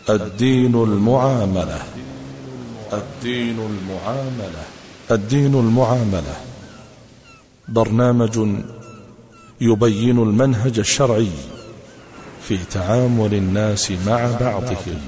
الدين المعاملة. الدين المعاملة. الدين المعاملة برنامج يبين المنهج الشرعي في تعامل الناس مع بعضهم.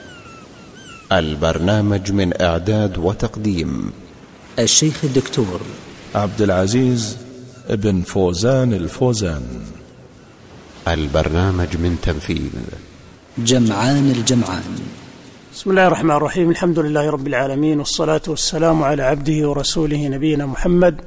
البرنامج من إعداد وتقديم الشيخ الدكتور عبد العزيز بن فوزان الفوزان. البرنامج من تنفيذ جمعان الجمعان. بسم الله الرحمن الرحيم. الحمد لله رب العالمين، والصلاة والسلام على عبده ورسوله نبينا محمد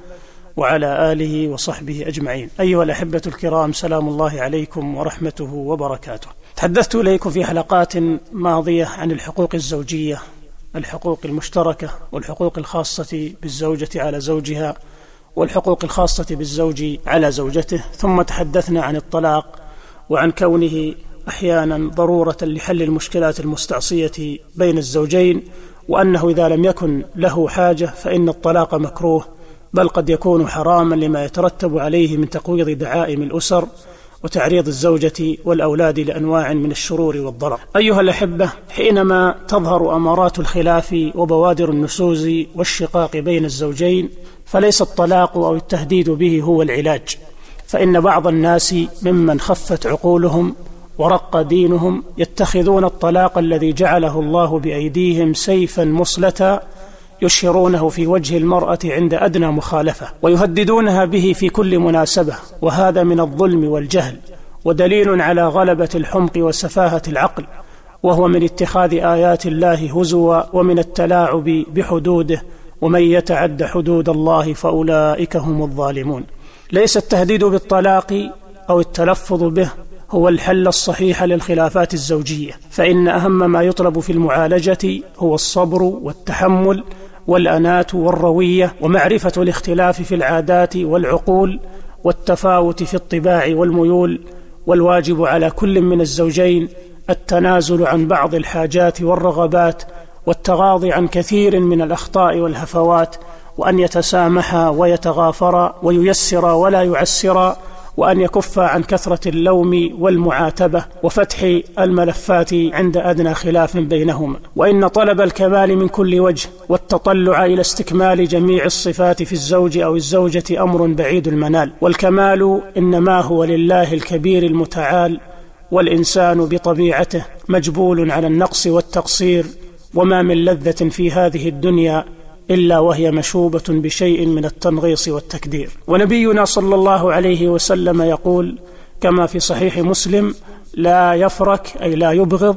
وعلى آله وصحبه أجمعين. أيها الأحبة الكرام، سلام الله عليكم ورحمته وبركاته. تحدثت إليكم في حلقات ماضية عن الحقوق الزوجية، الحقوق المشتركة والحقوق الخاصة بالزوجة على زوجها والحقوق الخاصة بالزوج على زوجته، ثم تحدثنا عن الطلاق وعن كونه أحيانا ضرورة لحل المشكلات المستعصية بين الزوجين، وأنه إذا لم يكن له حاجة فإن الطلاق مكروه، بل قد يكون حراما لما يترتب عليه من تقويض دعائم الأسر وتعريض الزوجة والأولاد لأنواع من الشرور والضرر. أيها الأحبة، حينما تظهر أمارات الخلاف وبوادر النشوز والشقاق بين الزوجين، فليس الطلاق أو التهديد به هو العلاج، فإن بعض الناس ممن خفت عقولهم ورق دينهم يتخذون الطلاق الذي جعله الله بأيديهم سيفا مصلتا يشهرونه في وجه المرأة عند أدنى مخالفة، ويهددونها به في كل مناسبة، وهذا من الظلم والجهل، ودليل على غلبة الحمق وسفاهة العقل، وهو من اتخاذ آيات الله هزوا ومن التلاعب بحدوده، ومن يتعد حدود الله فأولئك هم الظالمون. ليس التهديد بالطلاق أو التلفظ به هو الحل الصحيح للخلافات الزوجية، فإن أهم ما يطلب في المعالجة هو الصبر والتحمل والأناة والروية، ومعرفة الاختلاف في العادات والعقول والتفاوت في الطباع والميول، والواجب على كل من الزوجين التنازل عن بعض الحاجات والرغبات والتغاضي عن كثير من الأخطاء والهفوات، وأن يتسامحا ويتغافرا وييسرا ولا يعسرا، وأن يكفا عن كثرة اللوم والمعاتبة وفتح الملفات عند أدنى خلاف بينهما. وإن طلب الكمال من كل وجه والتطلع إلى استكمال جميع الصفات في الزوج أو الزوجة أمر بعيد المنال، والكمال إنما هو لله الكبير المتعال، والإنسان بطبيعته مجبول على النقص والتقصير، وما من لذة في هذه الدنيا إلا وهي مشوبة بشيء من التنغيص والتكدير. ونبينا صلى الله عليه وسلم يقول كما في صحيح مسلم: لا يفرك، أي لا يبغض،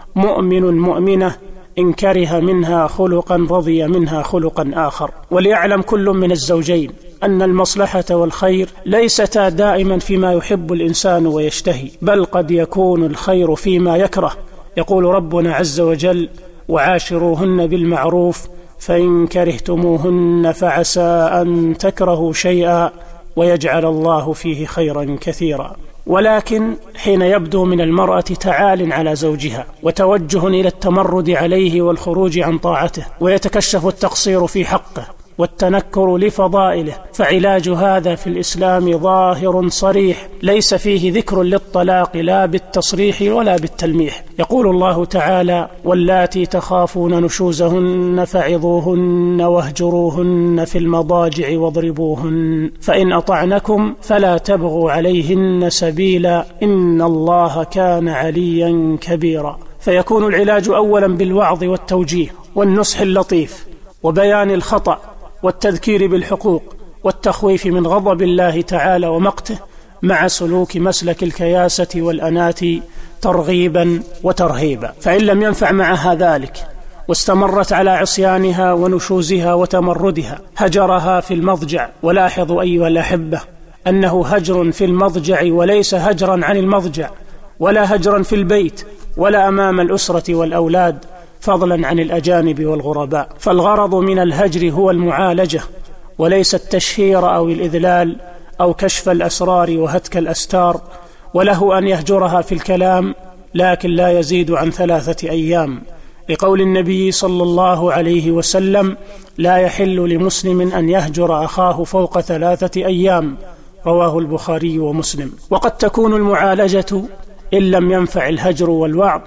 مؤمن مؤمنة إن كره منها خلقا رضي منها خلقا آخر. وليعلم كل من الزوجين أن المصلحة والخير ليستا دائما فيما يحب الإنسان ويشتهي، بل قد يكون الخير فيما يكره. يقول ربنا عز وجل: وعاشروهن بالمعروف فإن كرهتموهن فعسى أن تكرهوا شيئا ويجعل الله فيه خيرا كثيرا. ولكن حين يبدو من المرأة تعال على زوجها وتوجه إلى التمرد عليه والخروج عن طاعته، ويتكشف التقصير في حقه والتنكر لفضائله، فعلاج هذا في الإسلام ظاهر صريح، ليس فيه ذكر للطلاق لا بالتصريح ولا بالتلميح. يقول الله تعالى: واللاتي تخافون نشوزهن فعظوهن واهجروهن في المضاجع واضربوهن، فإن أطعنكم فلا تبغوا عليهن سبيلا إن الله كان عليا كبيرا. فيكون العلاج أولا بالوعظ والتوجيه والنصح اللطيف وبيان الخطأ والتذكير بالحقوق والتخويف من غضب الله تعالى ومقته، مع سلوك مسلك الكياسة والأناة ترغيبا وترهيبا. فإن لم ينفع معها ذلك واستمرت على عصيانها ونشوزها وتمردها، هجرها في المضجع. ولاحظوا أيها الأحبة أنه هجر في المضجع وليس هجرا عن المضجع، ولا هجرا في البيت ولا أمام الأسرة والأولاد، فضلا عن الأجانب والغرباء. فالغرض من الهجر هو المعالجة، وليس التشهير أو الإذلال أو كشف الأسرار وهتك الأستار. وله أن يهجرها في الكلام، لكن لا يزيد عن 3 أيام، لقول النبي صلى الله عليه وسلم: لا يحل لمسلم أن يهجر أخاه فوق 3 أيام، رواه البخاري ومسلم. وقد تكون المعالجة إن لم ينفع الهجر والوعظ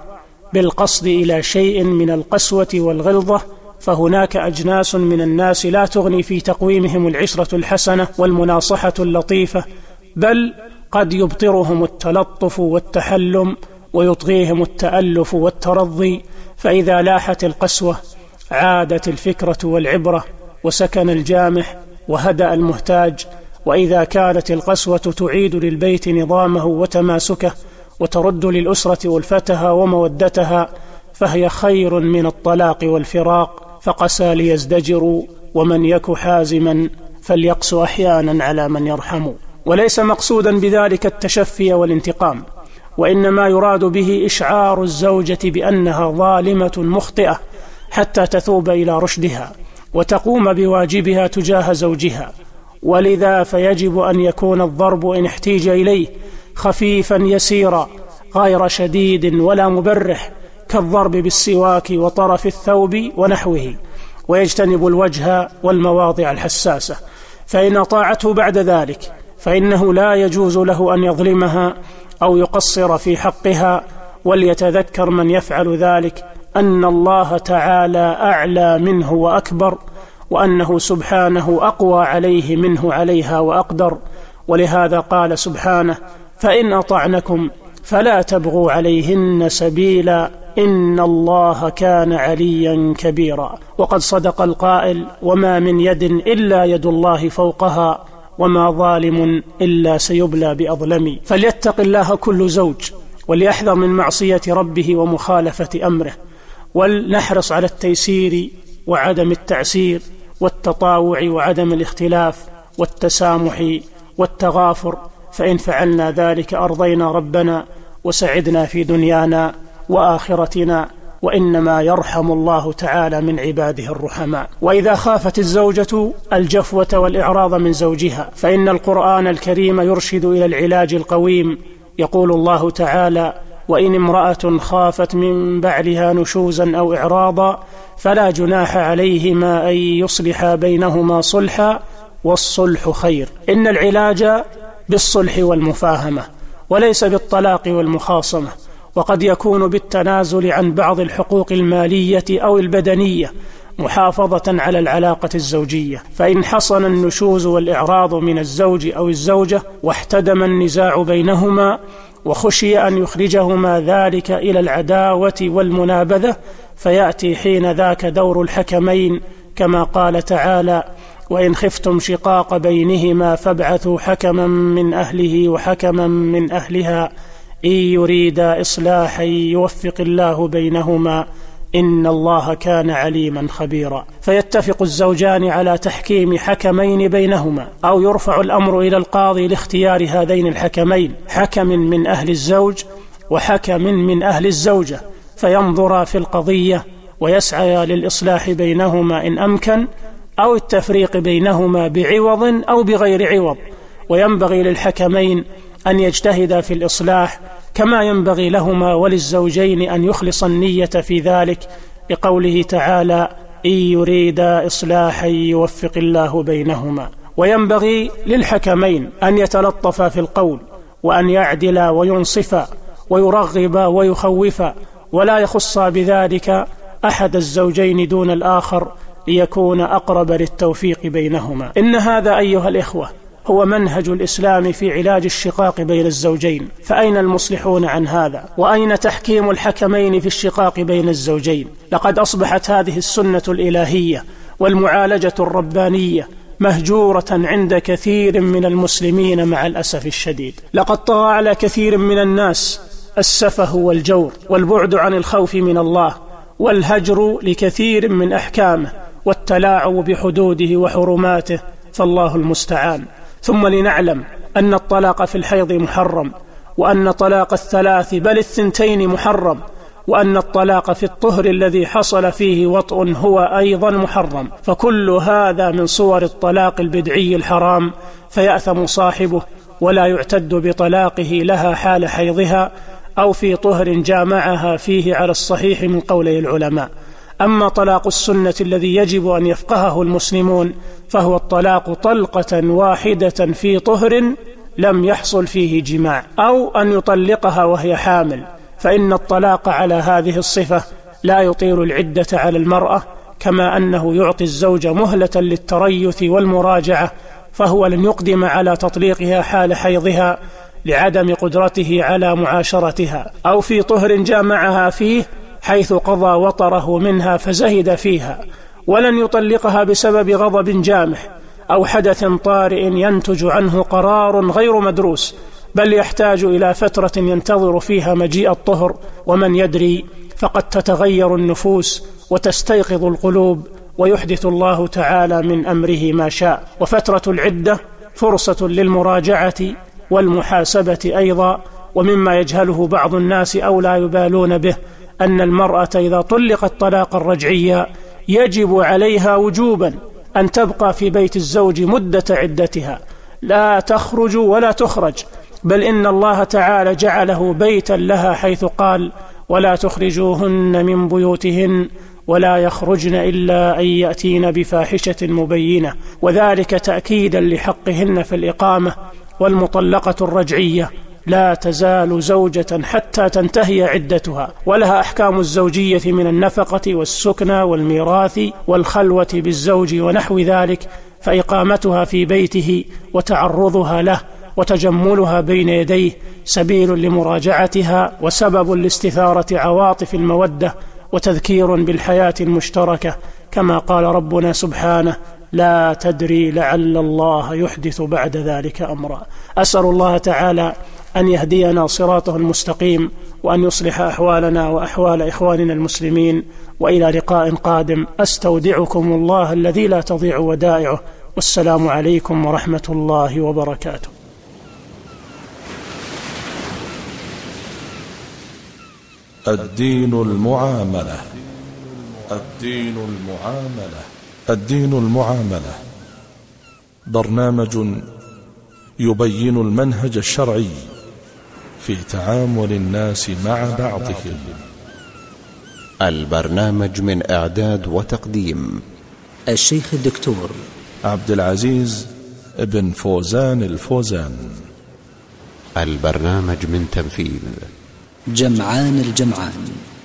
بالقصد إلى شيء من القسوة والغلظة، فهناك أجناس من الناس لا تغني في تقويمهم العشرة الحسنة والمناصحة اللطيفة، بل قد يبطرهم التلطف والتحلم ويطغيهم التألف والترضي، فإذا لاحت القسوة عادت الفكرة والعبرة وسكن الجامح وهدأ المهتاج. وإذا كانت القسوة تعيد للبيت نظامه وتماسكه وترد للأسرة ألفتها ومودتها، فهي خير من الطلاق والفراق، فقسى ليزدجروا، ومن يك حازما فليقس أحيانا على من يرحم. وليس مقصودا بذلك التشفي والانتقام، وإنما يراد به إشعار الزوجة بأنها ظالمة مخطئة حتى تثوب إلى رشدها وتقوم بواجبها تجاه زوجها. ولذا فيجب أن يكون الضرب إن احتيج إليه خفيفا يسيرا غير شديد ولا مبرح، كالضرب بالسواك وطرف الثوب ونحوه، ويجتنب الوجه والمواضع الحساسة. فإن أطاعته بعد ذلك فإنه لا يجوز له أن يظلمها أو يقصر في حقها. وليتذكر من يفعل ذلك أن الله تعالى أعلى منه وأكبر، وأنه سبحانه أقوى عليه منه عليها وأقدر. ولهذا قال سبحانه: فإن أطعنكم فلا تبغوا عليهن سبيلا إن الله كان عليا كبيرا. وقد صدق القائل: وما من يد إلا يد الله فوقها، وما ظالم إلا سيبلى بأظلم. فليتق الله كل زوج، وليحذر من معصية ربه ومخالفة أمره، ولنحرص على التيسير وعدم التعسير، والتطاوع وعدم الاختلاف، والتسامح والتغافر، فإن فعلنا ذلك أرضينا ربنا وسعدنا في دنيانا وآخرتنا، وإنما يرحم الله تعالى من عباده الرحماء. وإذا خافت الزوجة الجفوة والإعراض من زوجها، فإن القرآن الكريم يرشد إلى العلاج القويم. يقول الله تعالى: وإن امرأة خافت من بعلها نشوزا أو إعراضا فلا جناح عليهما أن يصلحا بينهما صلحا والصلح خير. إن العلاج بالصلح والمفاهمة وليس بالطلاق والمخاصمة، وقد يكون بالتنازل عن بعض الحقوق المالية أو البدنية محافظة على العلاقة الزوجية. فإن حصل النشوز والإعراض من الزوج أو الزوجة واحتدم النزاع بينهما وخشي أن يخرجهما ذلك إلى العداوة والمنابذة، فيأتي حين ذاك دور الحكمين، كما قال تعالى: وإن خفتم شقاق بينهما فابعثوا حكما من أهله وحكما من أهلها إن يريدا إصلاحا يوفق الله بينهما إن الله كان عليما خبيرا. فيتفق الزوجان على تحكيم حكمين بينهما، أو يرفع الأمر إلى القاضي لاختيار هذين الحكمين، حكم من أهل الزوج وحكم من أهل الزوجة، فينظرا في القضية ويسعيا للإصلاح بينهما إن أمكن، أو التفريق بينهما بعوض أو بغير عوض. وينبغي للحكمين أن يجتهدا في الإصلاح، كما ينبغي لهما وللزوجين أن يخلص النية في ذلك، لقوله تعالى: إن يريدا إصلاحا يوفق الله بينهما. وينبغي للحكمين أن يتلطفا في القول، وأن يعدلا وينصفا ويرغبا ويخوفا، ولا يخصا بذلك أحد الزوجين دون الآخر، ليكون أقرب للتوفيق بينهما. إن هذا أيها الإخوة هو منهج الإسلام في علاج الشقاق بين الزوجين، فأين المصلحون عن هذا؟ وأين تحكيم الحكمين في الشقاق بين الزوجين؟ لقد أصبحت هذه السنة الإلهية والمعالجة الربانية مهجورة عند كثير من المسلمين مع الأسف الشديد. لقد طغى على كثير من الناس السفه والجور والبعد عن الخوف من الله والهجر لكثير من أحكامه والتلاعب بحدوده وحرماته، فالله المستعان. ثم لنعلم أن الطلاق في الحيض محرم، وأن طلاق الثلاث بل الثنتين محرم، وأن الطلاق في الطهر الذي حصل فيه وطء هو أيضا محرم. فكل هذا من صور الطلاق البدعي الحرام، فيأثم صاحبه ولا يعتد بطلاقه لها حال حيضها أو في طهر جامعها فيه على الصحيح من قولي العلماء. أما طلاق السنة الذي يجب أن يفقهه المسلمون فهو الطلاق طلقة واحدة في طهر لم يحصل فيه جماع، أو أن يطلقها وهي حامل، فإن الطلاق على هذه الصفة لا يطيل العدة على المرأة، كما أنه يعطي الزوج مهلة للتريث والمراجعة، فهو لن يقدم على تطليقها حال حيضها لعدم قدرته على معاشرتها، أو في طهر جامعها فيه حيث قضى وطره منها فزهد فيها، ولن يطلقها بسبب غضب جامح أو حدث طارئ ينتج عنه قرار غير مدروس، بل يحتاج إلى فترة ينتظر فيها مجيء الطهر، ومن يدري فقد تتغير النفوس وتستيقظ القلوب ويحدث الله تعالى من أمره ما شاء. وفترة العدة فرصة للمراجعة والمحاسبة أيضا. ومما يجهله بعض الناس أو لا يبالون به أن المرأة إذا طلقت طلاقا رجعيا يجب عليها وجوبا أن تبقى في بيت الزوج مدة عدتها، لا تخرج ولا تخرج، بل إن الله تعالى جعله بيتا لها، حيث قال: ولا تخرجوهن من بيوتهن ولا يخرجن إلا أن يأتين بفاحشة مبينة، وذلك تأكيدا لحقهن في الإقامة. والمطلقة الرجعية لا تزال زوجة حتى تنتهي عدتها، ولها أحكام الزوجية من النفقة والسكنى والميراث والخلوة بالزوج ونحو ذلك، فإقامتها في بيته وتعرضها له وتجملها بين يديه سبيل لمراجعتها وسبب لاستثارة عواطف المودة وتذكير بالحياة المشتركة، كما قال ربنا سبحانه: لا تدري لعل الله يحدث بعد ذلك أمرا. أسأل الله تعالى أن يهدينا صراطه المستقيم، وأن يصلح أحوالنا وأحوال إخواننا المسلمين، وإلى لقاء قادم. أستودعكم الله الذي لا تضيع ودائعه، والسلام عليكم ورحمة الله وبركاته. الدين المعاملة. الدين المعاملة. الدين المعاملة برنامج يبين المنهج الشرعي في تعامل الناس مع بعضهم. البرنامج من إعداد وتقديم الشيخ الدكتور عبد العزيز ابن فوزان الفوزان. البرنامج من تنفيذ جمعان الجمعان.